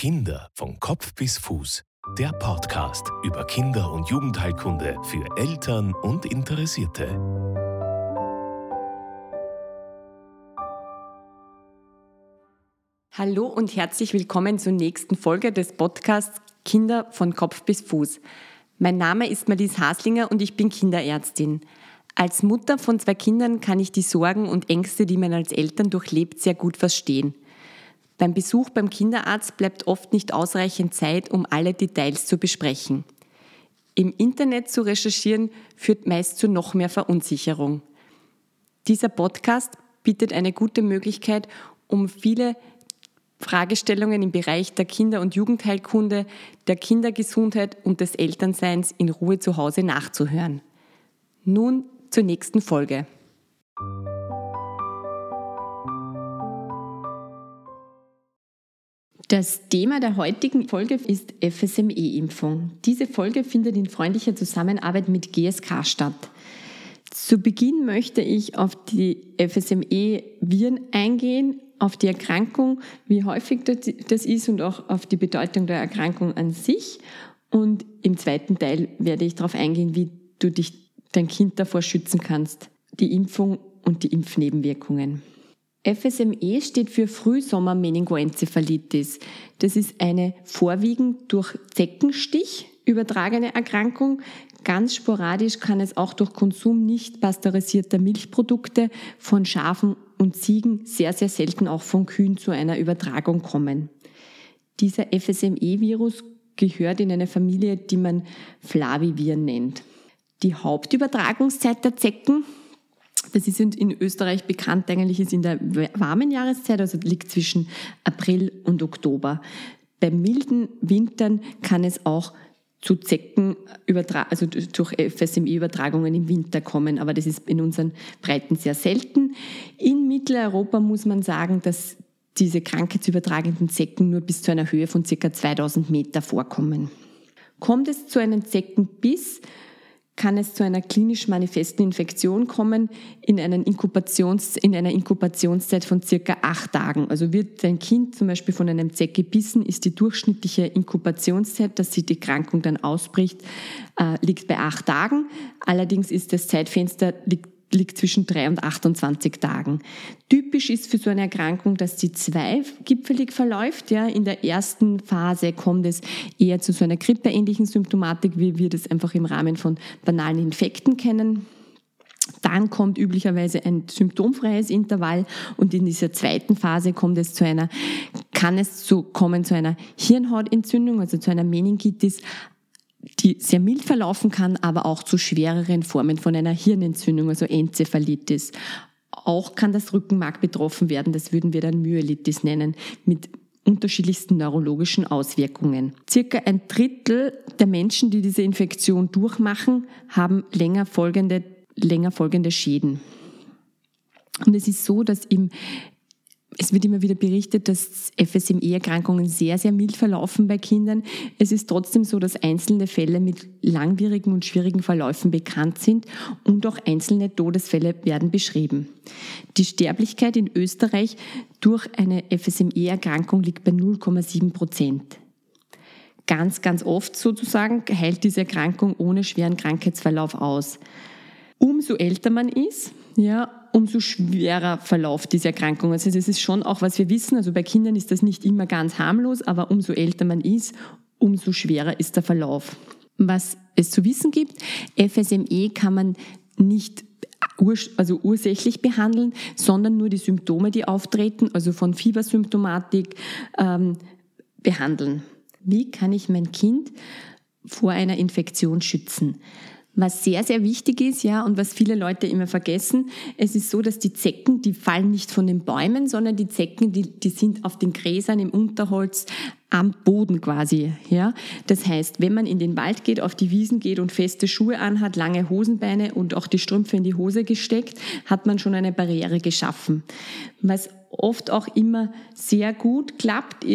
Kinder von Kopf bis Fuß. Der Podcast über Kinder- und Jugendheilkunde für Eltern und Interessierte. Hallo und herzlich willkommen zur nächsten Folge des Podcasts Kinder von Kopf bis Fuß. Mein Name ist Marlies Haslinger und ich bin Kinderärztin. Als Mutter von 2 Kindern kann ich die Sorgen und Ängste, die man als Eltern durchlebt, sehr gut verstehen. Beim Besuch beim Kinderarzt bleibt oft nicht ausreichend Zeit, um alle Details zu besprechen. Im Internet zu recherchieren führt meist zu noch mehr Verunsicherung. Dieser Podcast bietet eine gute Möglichkeit, um viele Fragestellungen im Bereich der Kinder- und Jugendheilkunde, der Kindergesundheit und des Elternseins in Ruhe zu Hause nachzuhören. Nun zur nächsten Folge. Das Thema der heutigen Folge ist FSME-Impfung. Diese Folge findet in freundlicher Zusammenarbeit mit GSK statt. Zu Beginn möchte ich auf die FSME-Viren eingehen, auf die Erkrankung, wie häufig das ist und auch auf die Bedeutung der Erkrankung an sich. Und im zweiten Teil werde ich darauf eingehen, wie du dein Kind davor schützen kannst, die Impfung und die Impfnebenwirkungen. FSME steht für Frühsommer-Meningoenzephalitis. Das ist eine vorwiegend durch Zeckenstich übertragene Erkrankung. Ganz sporadisch kann es auch durch Konsum nicht pasteurisierter Milchprodukte von Schafen und Ziegen, sehr, sehr selten auch von Kühen, zu einer Übertragung kommen. Dieser FSME-Virus gehört in eine Familie, die man Flaviviren nennt. Die Hauptübertragungszeit der Zecken, das ist in Österreich bekannt, eigentlich ist in der warmen Jahreszeit, also liegt zwischen April und Oktober. Bei milden Wintern kann es auch zu also durch FSME-Übertragungen im Winter kommen, aber das ist in unseren Breiten sehr selten. In Mitteleuropa muss man sagen, dass diese krankheitsübertragenden Zecken nur bis zu einer Höhe von ca. 2000 Meter vorkommen. Kommt es zu einem Zeckenbiss, kann es zu einer klinisch manifesten Infektion kommen in einer Inkubationszeit von circa 8 Tagen. Also wird dein Kind zum Beispiel von einem Zeck gebissen, ist die durchschnittliche Inkubationszeit, dass sie die Erkrankung dann ausbricht, liegt bei 8 Tagen. Allerdings ist das Zeitfenster liegt zwischen 3 und 28 Tagen. Typisch ist für so eine Erkrankung, dass sie zweigipfelig verläuft. Ja, in der ersten Phase kommt es eher zu so einer grippeähnlichen Symptomatik, wie wir das einfach im Rahmen von banalen Infekten kennen. Dann kommt üblicherweise ein symptomfreies Intervall und in dieser zweiten Phase kann es zu einer Hirnhautentzündung, also zu einer Meningitis, die sehr mild verlaufen kann, aber auch zu schwereren Formen von einer Hirnentzündung, also Enzephalitis. Auch kann das Rückenmark betroffen werden, das würden wir dann Myelitis nennen, mit unterschiedlichsten neurologischen Auswirkungen. Circa 1/3 der Menschen, die diese Infektion durchmachen, haben länger folgende Schäden. Und es ist so, dass es wird immer wieder berichtet, dass FSME-Erkrankungen sehr, sehr mild verlaufen bei Kindern. Es ist trotzdem so, dass einzelne Fälle mit langwierigen und schwierigen Verläufen bekannt sind und auch einzelne Todesfälle werden beschrieben. Die Sterblichkeit in Österreich durch eine FSME-Erkrankung liegt bei 0,7%. Ganz, ganz oft sozusagen heilt diese Erkrankung ohne schweren Krankheitsverlauf aus. Umso älter man ist, umso schwerer verläuft diese Erkrankung. Also das ist schon auch, was wir wissen. Also bei Kindern ist das nicht immer ganz harmlos, aber umso älter man ist, umso schwerer ist der Verlauf. Was es zu wissen gibt, FSME kann man nicht ursächlich behandeln, sondern nur die Symptome, die auftreten, also von Fiebersymptomatik, behandeln. Wie kann ich mein Kind vor einer Infektion schützen? Was sehr, sehr wichtig ist, und was viele Leute immer vergessen, es ist so, dass die Zecken, die fallen nicht von den Bäumen, sondern die Zecken, die sind auf den Gräsern, im Unterholz, am Boden quasi, Das heißt, wenn man in den Wald geht, auf die Wiesen geht und feste Schuhe anhat, lange Hosenbeine und auch die Strümpfe in die Hose gesteckt, hat man schon eine Barriere geschaffen. Was oft auch immer sehr gut klappt, ist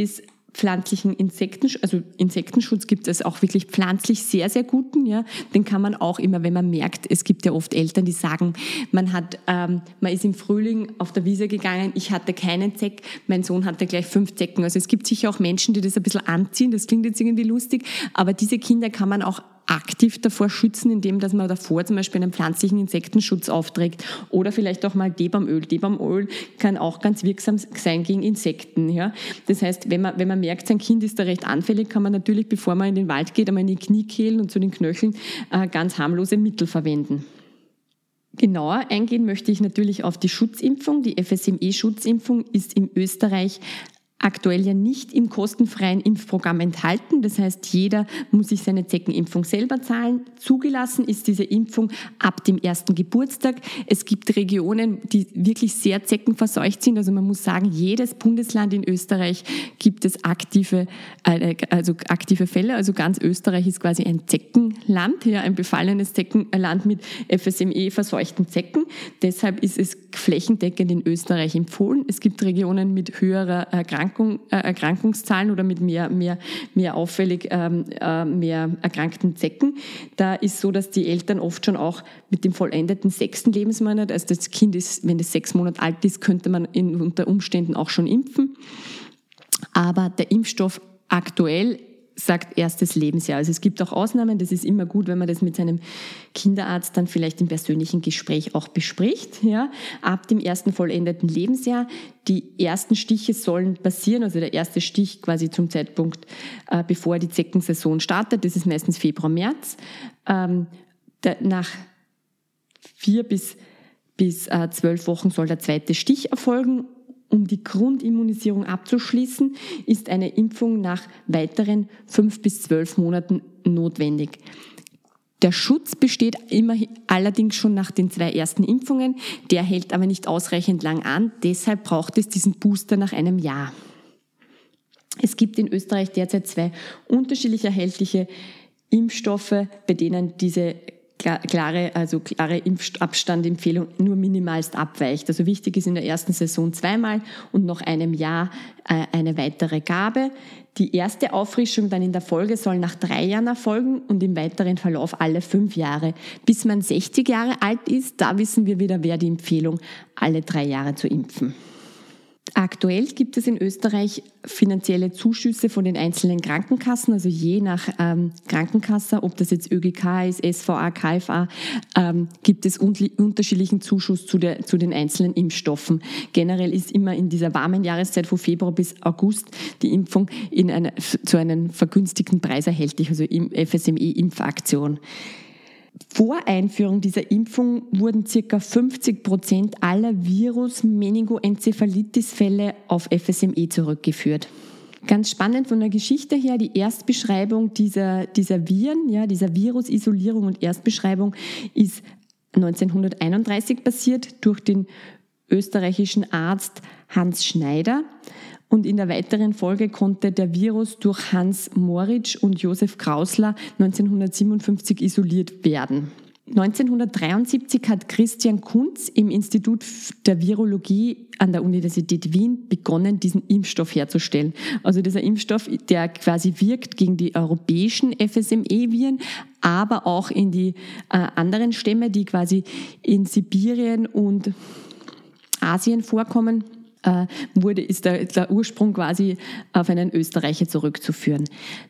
pflanzlichen Insektenschutz gibt es auch wirklich pflanzlich sehr, sehr guten. Ja. Den kann man auch immer, wenn man merkt, es gibt ja oft Eltern, die sagen, man ist im Frühling auf der Wiese gegangen, ich hatte keinen Zeck, mein Sohn hatte gleich 5 Zecken. Also es gibt sicher auch Menschen, die das ein bisschen anziehen, das klingt jetzt irgendwie lustig, aber diese Kinder kann man auch aktiv davor schützen, indem dass man davor zum Beispiel einen pflanzlichen Insektenschutz aufträgt oder vielleicht auch mal Teebaumöl. Teebaumöl kann auch ganz wirksam sein gegen Insekten. Ja? Das heißt, wenn man merkt, sein Kind ist da recht anfällig, kann man natürlich, bevor man in den Wald geht, einmal in die Kniekehlen und zu den Knöcheln ganz harmlose Mittel verwenden. Genauer eingehen möchte ich natürlich auf die Schutzimpfung. Die FSME-Schutzimpfung ist in Österreich aktuell ja nicht im kostenfreien Impfprogramm enthalten. Das heißt, jeder muss sich seine Zeckenimpfung selber zahlen. Zugelassen ist diese Impfung ab dem 1. Geburtstag. Es gibt Regionen, die wirklich sehr zeckenverseucht sind. Also man muss sagen, jedes Bundesland in Österreich gibt es aktive Fälle. Also ganz Österreich ist quasi ein Zeckenland, ja, ein befallenes Zeckenland mit FSME-verseuchten Zecken. Deshalb ist es flächendeckend in Österreich empfohlen. Es gibt Regionen mit höherer Erkrankungszahlen oder mit mehr erkrankten Zecken. Da ist so, dass die Eltern oft schon auch mit dem vollendeten 6. Lebensmonat, also das Kind ist, wenn es 6 Monate alt ist, könnte man unter Umständen auch schon impfen. Aber der Impfstoff aktuell sagt 1. Lebensjahr. Also es gibt auch Ausnahmen, das ist immer gut, wenn man das mit seinem Kinderarzt dann vielleicht im persönlichen Gespräch auch bespricht. Ja. Ab dem 1. vollendeten Lebensjahr, die ersten Stiche sollen passieren, also der erste Stich quasi zum Zeitpunkt, bevor die Zeckensaison startet, das ist meistens Februar, März. Nach 4 bis 12 Wochen soll der zweite Stich erfolgen. Um die Grundimmunisierung abzuschließen, ist eine Impfung nach weiteren 5 bis 12 Monaten notwendig. Der Schutz besteht allerdings schon nach den 2 ersten Impfungen, der hält aber nicht ausreichend lang an, deshalb braucht es diesen Booster nach einem Jahr. Es gibt in Österreich derzeit 2 unterschiedlich erhältliche Impfstoffe, bei denen diese klare Impfabstandempfehlung nur minimalst abweicht. Also wichtig ist in der ersten Saison 2-mal und nach einem Jahr eine weitere Gabe. Die erste Auffrischung dann in der Folge soll nach 3 Jahren erfolgen und im weiteren Verlauf alle 5 Jahre. Bis man 60 Jahre alt ist, da wissen wir wieder, wer die Empfehlung, alle 3 Jahre zu impfen. Aktuell gibt es in Österreich finanzielle Zuschüsse von den einzelnen Krankenkassen, also je nach Krankenkasse, ob das jetzt ÖGK ist, SVA, KFA, gibt es unterschiedlichen Zuschuss zu den einzelnen Impfstoffen. Generell ist immer in dieser warmen Jahreszeit von Februar bis August die Impfung zu einem vergünstigten Preis erhältlich, also im FSME-Impfaktion. Vor Einführung dieser Impfung wurden ca. 50% aller Virus-Meningoenzephalitis-Fälle auf FSME zurückgeführt. Ganz spannend von der Geschichte her, die Erstbeschreibung dieser Viren, ja, dieser Virusisolierung und Erstbeschreibung ist 1931 passiert durch den österreichischen Arzt Hans Schneider. Und in der weiteren Folge konnte der Virus durch Hans Moritsch und Josef Krausler 1957 isoliert werden. 1973 hat Christian Kunz im Institut der Virologie an der Universität Wien begonnen, diesen Impfstoff herzustellen. Also dieser Impfstoff, der quasi wirkt gegen die europäischen FSME-Viren, aber auch in die anderen Stämme, die quasi in Sibirien und Asien vorkommen. Ist der Ursprung quasi auf einen Österreicher zurückzuführen.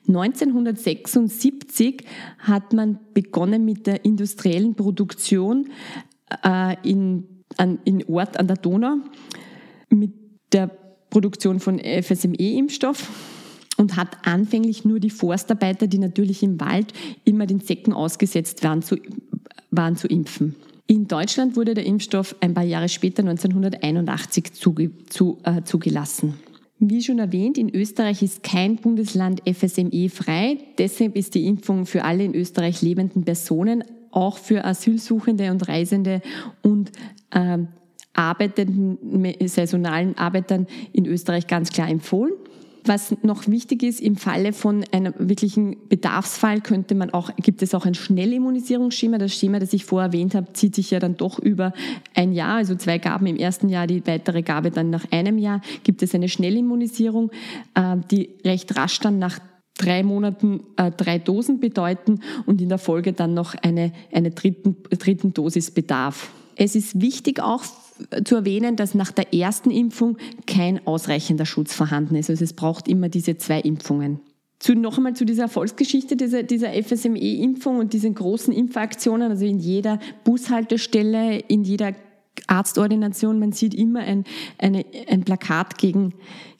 1976 hat man begonnen mit der industriellen Produktion in Ort an der Donau mit der Produktion von FSME-Impfstoff und hat anfänglich nur die Forstarbeiter, die natürlich im Wald immer den Zecken ausgesetzt waren, zu impfen. In Deutschland wurde der Impfstoff ein paar Jahre später, 1981, zugelassen. Wie schon erwähnt, in Österreich ist kein Bundesland FSME-frei. Deshalb ist die Impfung für alle in Österreich lebenden Personen, auch für Asylsuchende und Reisende und saisonalen Arbeitern in Österreich ganz klar empfohlen. Was noch wichtig ist, im Falle von einem wirklichen Bedarfsfall gibt es auch ein Schnellimmunisierungsschema. Das Schema, das ich vorher erwähnt habe, zieht sich ja dann doch über ein Jahr, also 2 Gaben im ersten Jahr, die weitere Gabe dann nach einem Jahr. Gibt es eine Schnellimmunisierung, die recht rasch dann nach 3 Monaten 3 Dosen bedeuten und in der Folge dann noch eine dritten Dosis bedarf. Es ist wichtig auch zu erwähnen, dass nach der ersten Impfung kein ausreichender Schutz vorhanden ist. Also es braucht immer diese 2 Impfungen. Noch einmal zu dieser Erfolgsgeschichte dieser FSME-Impfung und diesen großen Impfaktionen, also in jeder Bushaltestelle, in jeder Arztordination, man sieht immer ein Plakat gegen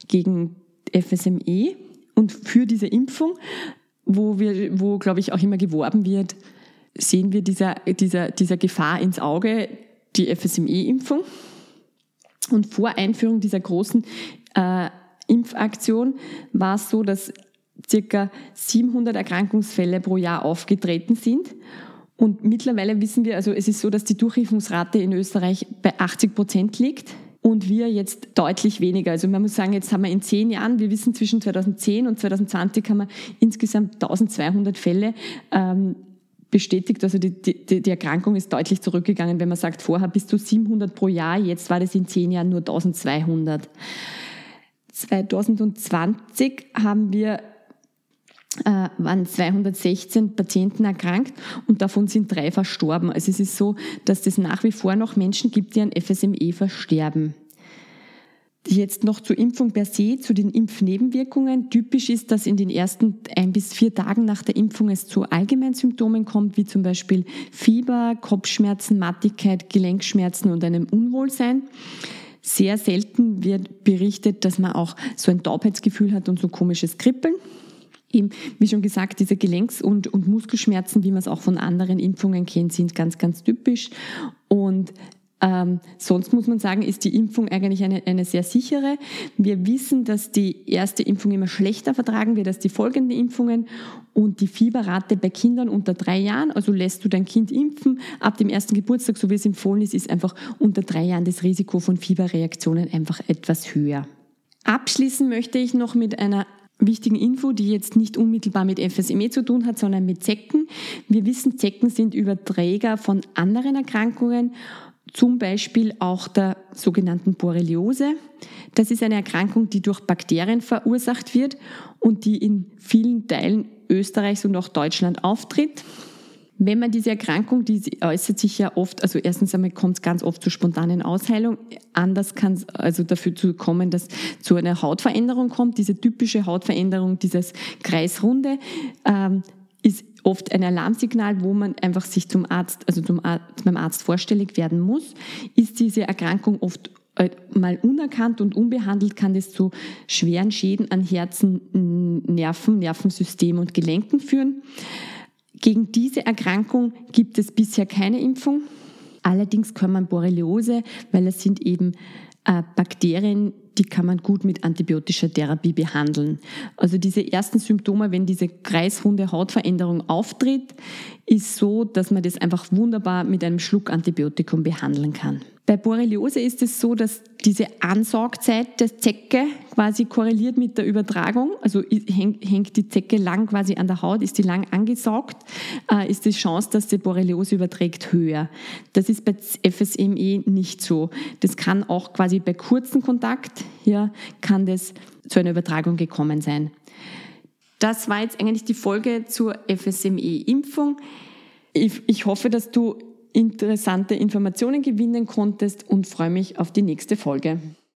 FSME und für diese Impfung, wo glaube ich auch immer geworben wird, sehen wir dieser Gefahr ins Auge, die FSME-Impfung. Und vor Einführung dieser großen Impfaktion war es so, dass ca. 700 Erkrankungsfälle pro Jahr aufgetreten sind. Und mittlerweile wissen wir, also es ist so, dass die Durchimpfungsrate in Österreich bei 80% liegt und wir jetzt deutlich weniger. Also man muss sagen, jetzt haben wir in 10 Jahren, wir wissen zwischen 2010 und 2020 haben wir insgesamt 1200 Fälle bestätigt, also die Erkrankung ist deutlich zurückgegangen, wenn man sagt, vorher bis zu 700 pro Jahr, jetzt war das in 10 Jahren nur 1200. 2020 waren 216 Patienten erkrankt und davon sind 3 verstorben. Also es ist so, dass es nach wie vor noch Menschen gibt, die an FSME versterben. Jetzt noch zur Impfung per se, zu den Impfnebenwirkungen. Typisch ist, dass in den ersten 1 bis 4 Tagen nach der Impfung es zu Allgemeinsymptomen kommt, wie zum Beispiel Fieber, Kopfschmerzen, Mattigkeit, Gelenkschmerzen und einem Unwohlsein. Sehr selten wird berichtet, dass man auch so ein Taubheitsgefühl hat und so komisches Kribbeln. Eben, wie schon gesagt, diese Gelenks- und Muskelschmerzen, wie man es auch von anderen Impfungen kennt, sind ganz, ganz typisch. Und sonst muss man sagen, ist die Impfung eigentlich eine sehr sichere. Wir wissen, dass die erste Impfung immer schlechter vertragen wird als die folgenden Impfungen und die Fieberrate bei Kindern unter 3 Jahren, also lässt du dein Kind impfen, ab dem ersten Geburtstag, so wie es empfohlen ist einfach unter 3 Jahren das Risiko von Fieberreaktionen einfach etwas höher. Abschließen möchte ich noch mit einer wichtigen Info, die jetzt nicht unmittelbar mit FSME zu tun hat, sondern mit Zecken. Wir wissen, Zecken sind Überträger von anderen Erkrankungen, zum Beispiel auch der sogenannten Borreliose. Das ist eine Erkrankung, die durch Bakterien verursacht wird und die in vielen Teilen Österreichs und auch Deutschland auftritt. Wenn man diese Erkrankung, die äußert sich ja oft, also erstens einmal kommt es ganz oft zur spontanen Ausheilung, anders kann es also dafür zu kommen, dass zu einer Hautveränderung kommt. Diese typische Hautveränderung, dieses Kreisrunde, ist oft ein Alarmsignal, wo man einfach sich beim Arzt vorstellig werden muss. Ist diese Erkrankung oft mal unerkannt und unbehandelt, kann das zu schweren Schäden an Herzen, Nervensystem und Gelenken führen. Gegen diese Erkrankung gibt es bisher keine Impfung. Allerdings kann man Borreliose, weil es sind eben Bakterien, die kann man gut mit antibiotischer Therapie behandeln. Also diese ersten Symptome, wenn diese kreisrunde Hautveränderung auftritt, ist so, dass man das einfach wunderbar mit einem Schluck Antibiotikum behandeln kann. Bei Borreliose ist es so, dass diese Ansaugzeit der Zecke quasi korreliert mit der Übertragung. Also hängt die Zecke lang quasi an der Haut, ist die lang angesaugt, ist die Chance, dass die Borreliose überträgt, höher. Das ist bei FSME nicht so. Das kann auch quasi bei kurzem Kontakt, kann das zu einer Übertragung gekommen sein. Das war jetzt eigentlich die Folge zur FSME-Impfung. Ich hoffe, dass du interessante Informationen gewinnen konntest und freue mich auf die nächste Folge.